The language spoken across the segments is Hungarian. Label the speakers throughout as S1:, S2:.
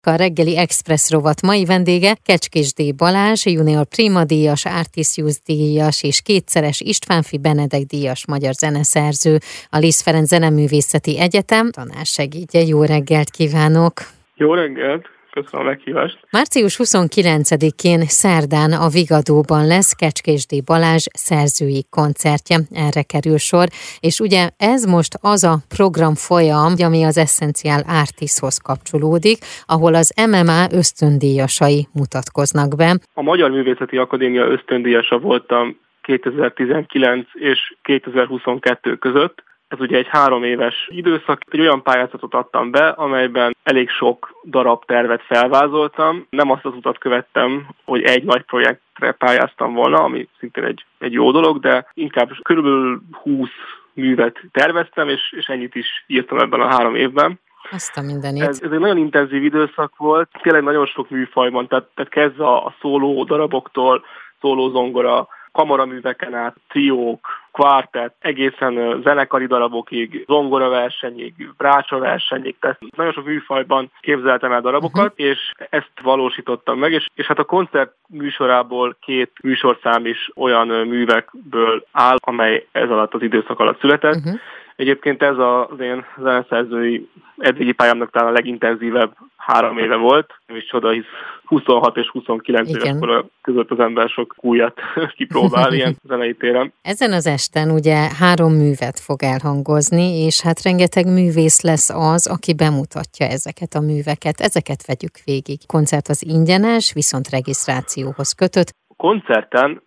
S1: A reggeli Express rovat mai vendége Kecskés D. Balázs, junior prima díjas, Artisius díjas és kétszeres Istvánffy Benedek díjas magyar zeneszerző, a Liszt Ferenc Zeneművészeti Egyetem tanársegédje. Jó reggelt kívánok!
S2: Jó reggelt! Köszönöm a meghívást.
S1: Március 29-én szerdán a Vigadóban lesz Kecskés D. Balázs szerzői koncertje, erre kerül sor, és ugye ez most az a programfolyam, ami az Essential Artishoz kapcsolódik, ahol az MMA ösztöndíjasai mutatkoznak be.
S2: A Magyar Művészeti Akadémia ösztöndíjasa voltam 2019 és 2022 között. Ez ugye egy 3 éves időszak, egy olyan pályázatot adtam be, amelyben elég sok darab tervet felvázoltam. Nem azt az utat követtem, hogy egy nagy projektre pályáztam volna, ami szintén egy jó dolog, de inkább körülbelül 20 művet terveztem, és ennyit is írtam ebben a 3 évben.
S1: Azt a mindenit.
S2: Ez egy nagyon intenzív időszak volt, tényleg nagyon sok műfajban, tehát kezdve a szóló daraboktól, szóló zongora, kamaraműveken át, triók, kvártett, egészen zenekari darabokig, zongoraversenyig, brácsaversenyig, tehát nagyon sok műfajban képzeltem el darabokat, és ezt valósítottam meg, és hát a koncert műsorából 2 műsorszám is olyan művekből áll, amely ez alatt az időszak alatt született. Egyébként ez az én zeneszerzői eddigi pályámnak talán a legintenzívebb 3 éve volt. Nem is csoda, hisz 26 és 29 éves kora között az ember sok újat kipróbál ilyen zenei téren.
S1: Ezen az esten ugye 3 művet fog elhangozni, és hát rengeteg művész lesz az, aki bemutatja ezeket a műveket. Ezeket vegyük végig. A koncert az ingyenes, viszont regisztrációhoz kötött.
S2: A koncerten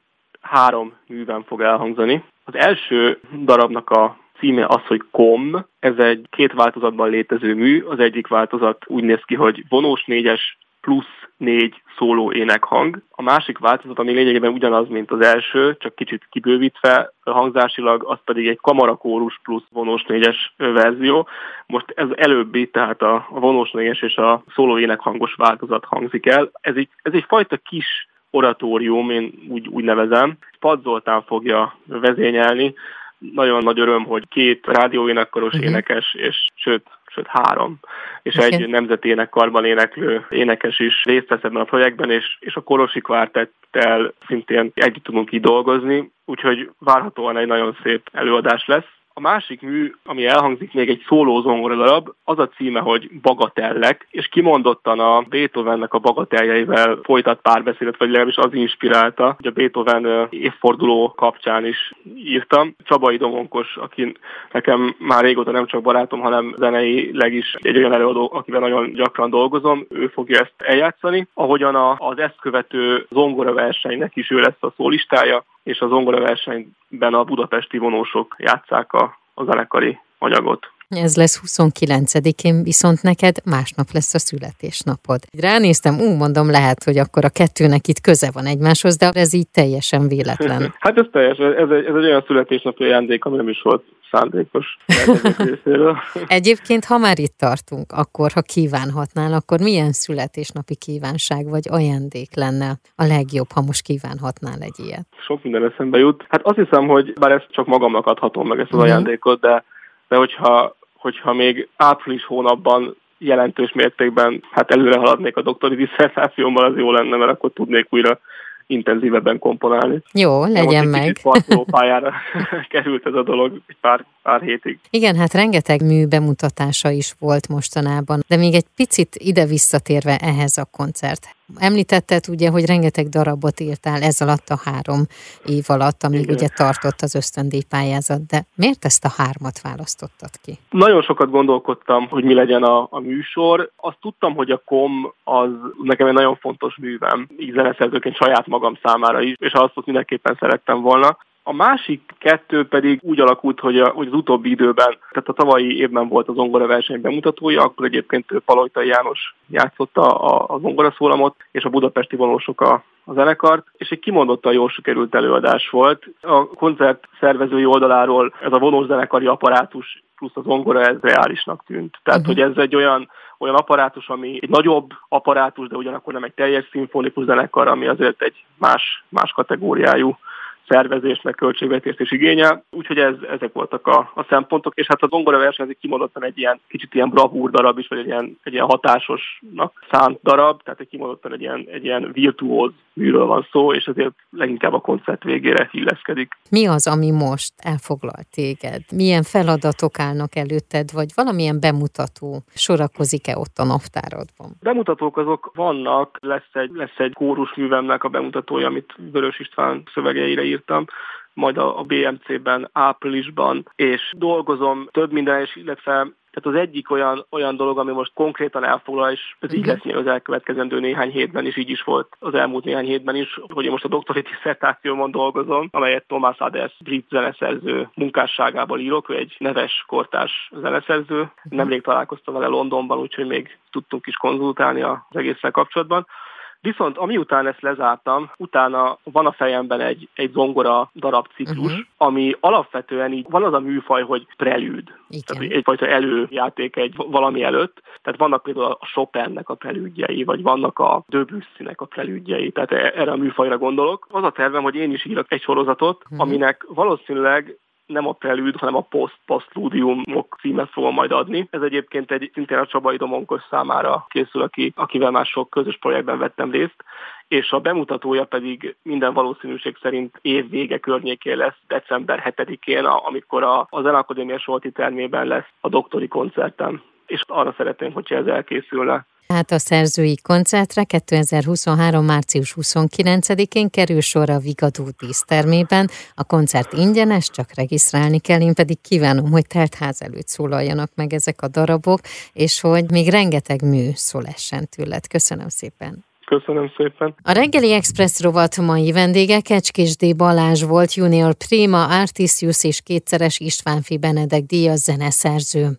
S2: 3 műven fog elhangzani. Az első darabnak a címe az, hogy KOM. Ez egy 2 változatban létező mű. Az egyik változat úgy néz ki, hogy vonós 4-es plusz 4 szóló énekhang. A másik változat, ami lényegében ugyanaz, mint az első, csak kicsit kibővítve hangzásilag, az pedig egy kamarakórus plusz vonós 4-es verzió. Most ez előbbi, tehát a vonós 4-es és a szóló énekhangos változat hangzik el. Ez egy fajta kis oratórium, én úgy nevezem. Pad Zoltán fogja vezényelni. Nagyon nagy öröm, hogy 2 rádióénekkaros énekes, és sőt 3, és egy nemzeti énekkarban éneklő énekes is részt vesz ebben a projektben, és a Korosi Kvártettel szintén együtt tudunk így dolgozni, úgyhogy várhatóan egy nagyon szép előadás lesz. A másik mű, ami elhangzik, még egy szóló zongoradarab, az a címe, hogy Bagatellek, és kimondottan a Beethovennek a bagateljeivel folytat párbeszédet, vagy legalábbis az inspirálta, hogy a Beethoven évforduló kapcsán is írtam. Csabai Domonkos, aki nekem már régóta nem csak barátom, hanem zeneileg is egy olyan előadó, akivel nagyon gyakran dolgozom, ő fogja ezt eljátszani. Ahogyan az ezt követő zongoraversenynek is ő lesz a szólistája, és a zongoraversenyben a budapesti vonósok játsszák a zenekari anyagot.
S1: Ez lesz 29-én, viszont neked másnap lesz a születésnapod. Ránéztem, mondom, lehet, hogy akkor a 2-nek itt köze van egymáshoz, de ez így teljesen véletlen.
S2: Hát ez teljesen, ez egy olyan születésnapi ajándék, ami nem is volt szándékos részéről.
S1: Egyébként, ha már itt tartunk, akkor ha kívánhatnál, akkor milyen születésnapi kívánság vagy ajándék lenne a legjobb, ha most kívánhatnál egy ilyet?
S2: Sok minden eszembe jut. Hát azt hiszem, hogy bár ezt csak magamnak adhatom meg ezt az ajándékot, de hogyha még április hónapban jelentős mértékben előre haladnék a doktori diszertációmmal, az jó lenne, mert akkor tudnék újra intenzívebben komponálni.
S1: Jó, legyen meg.
S2: Kicsit parkolópályára került ez a dolog egy pár hétig.
S1: Igen, hát rengeteg mű bemutatása is volt mostanában, de még egy picit ide visszatérve ehhez a koncert. Említetted ugye, hogy rengeteg darabot írtál ez alatt a 3 év alatt, amíg ugye tartott az ösztöndíjpályázat, de miért ezt a 3-at választottad ki?
S2: Nagyon sokat gondolkodtam, hogy mi legyen a műsor. Azt tudtam, hogy a KOM az nekem egy nagyon fontos művem, így zeneszerzőként saját magam számára is, és azt mindenképpen szerettem volna. A másik 2 pedig úgy alakult, hogy az utóbbi időben, tehát a tavalyi évben volt az zongoraverseny bemutatója, akkor egyébként Palojtai János játszotta a zongoraszólamot, és a budapesti vonósok a zenekart, és egy kimondottan jól sikerült előadás volt. A koncert szervezői oldaláról ez a vonós zenekari apparátus plusz a zongora, ez reálisnak tűnt. Tehát, hogy ez egy olyan apparátus, ami egy nagyobb apparátus, de ugyanakkor nem egy teljes szimfonikus zenekar, ami azért egy más kategóriájú szervezést, meg költségvetést is igényel, úgyhogy ezek voltak a szempontok, és hát a zongora verseny az kimondottan egy ilyen kicsit ilyen bravúr darab is, vagy egy ilyen hatásosnak szánt darab, tehát kimondottan egy ilyen virtuóz műről van szó, és ezért leginkább a koncert végére illeszkedik.
S1: Mi az, ami most elfoglalt téged? Milyen feladatok állnak előtted, vagy valamilyen bemutató sorakozik-e ott a naptáradban?
S2: Bemutatók azok vannak, lesz egy kórusművemnek a bemutatója, amit Vörös István szövegeire írtam, majd a BMC-ben áprilisban, és dolgozom több minden is, illetve tehát az egyik olyan dolog, ami most konkrétan elfoglal, és ez így lesz az elkövetkezendő néhány hétben is, így is volt az elmúlt néhány hétben is, hogy én most a doktori disszertációmon dolgozom, amelyet Thomas Adès brit zeneszerző munkásságából írok, ő egy neves kortárs zeneszerző. Nemrég találkoztam vele Londonban, úgyhogy még tudtunk is konzultálni az egésszel kapcsolatban. Viszont amiután ezt lezártam, utána van a fejemben egy zongora darabciklus, ami alapvetően így van az a műfaj, hogy prelűd. Tehát egyfajta előjáték egy valami előtt. Tehát vannak például a Chopinnek a prelűdjei, vagy vannak a Debussynek a prelűdjei. Tehát erre a műfajra gondolok. Az a tervem, hogy én is írok egy sorozatot, aminek valószínűleg nem a prelűd, hanem a posztludiumok címet fogom majd adni. Ez egyébként szintén a Csabai Domonkos számára készül, akivel már sok közös projektben vettem részt, és a bemutatója pedig minden valószínűség szerint év vége környékén lesz, december 7-én, amikor a Zeneakadémia Solti termében lesz a doktori koncertem. És arra szeretném, hogyha ez elkészülne.
S1: Hát a szerzői koncertre 2023. március 29-én kerül sor a Vigadó dísztermében. A koncert ingyenes, csak regisztrálni kell, én pedig kívánom, hogy telt ház előtt szólaljanak meg ezek a darabok, és hogy még rengeteg mű szólessen tőled. Köszönöm szépen!
S2: Köszönöm szépen!
S1: A Reggeli Express rovat mai vendége Kecskés D. Balázs volt, Junior Prima Artisius és kétszeres Istvánffy Benedek díjas zeneszerző.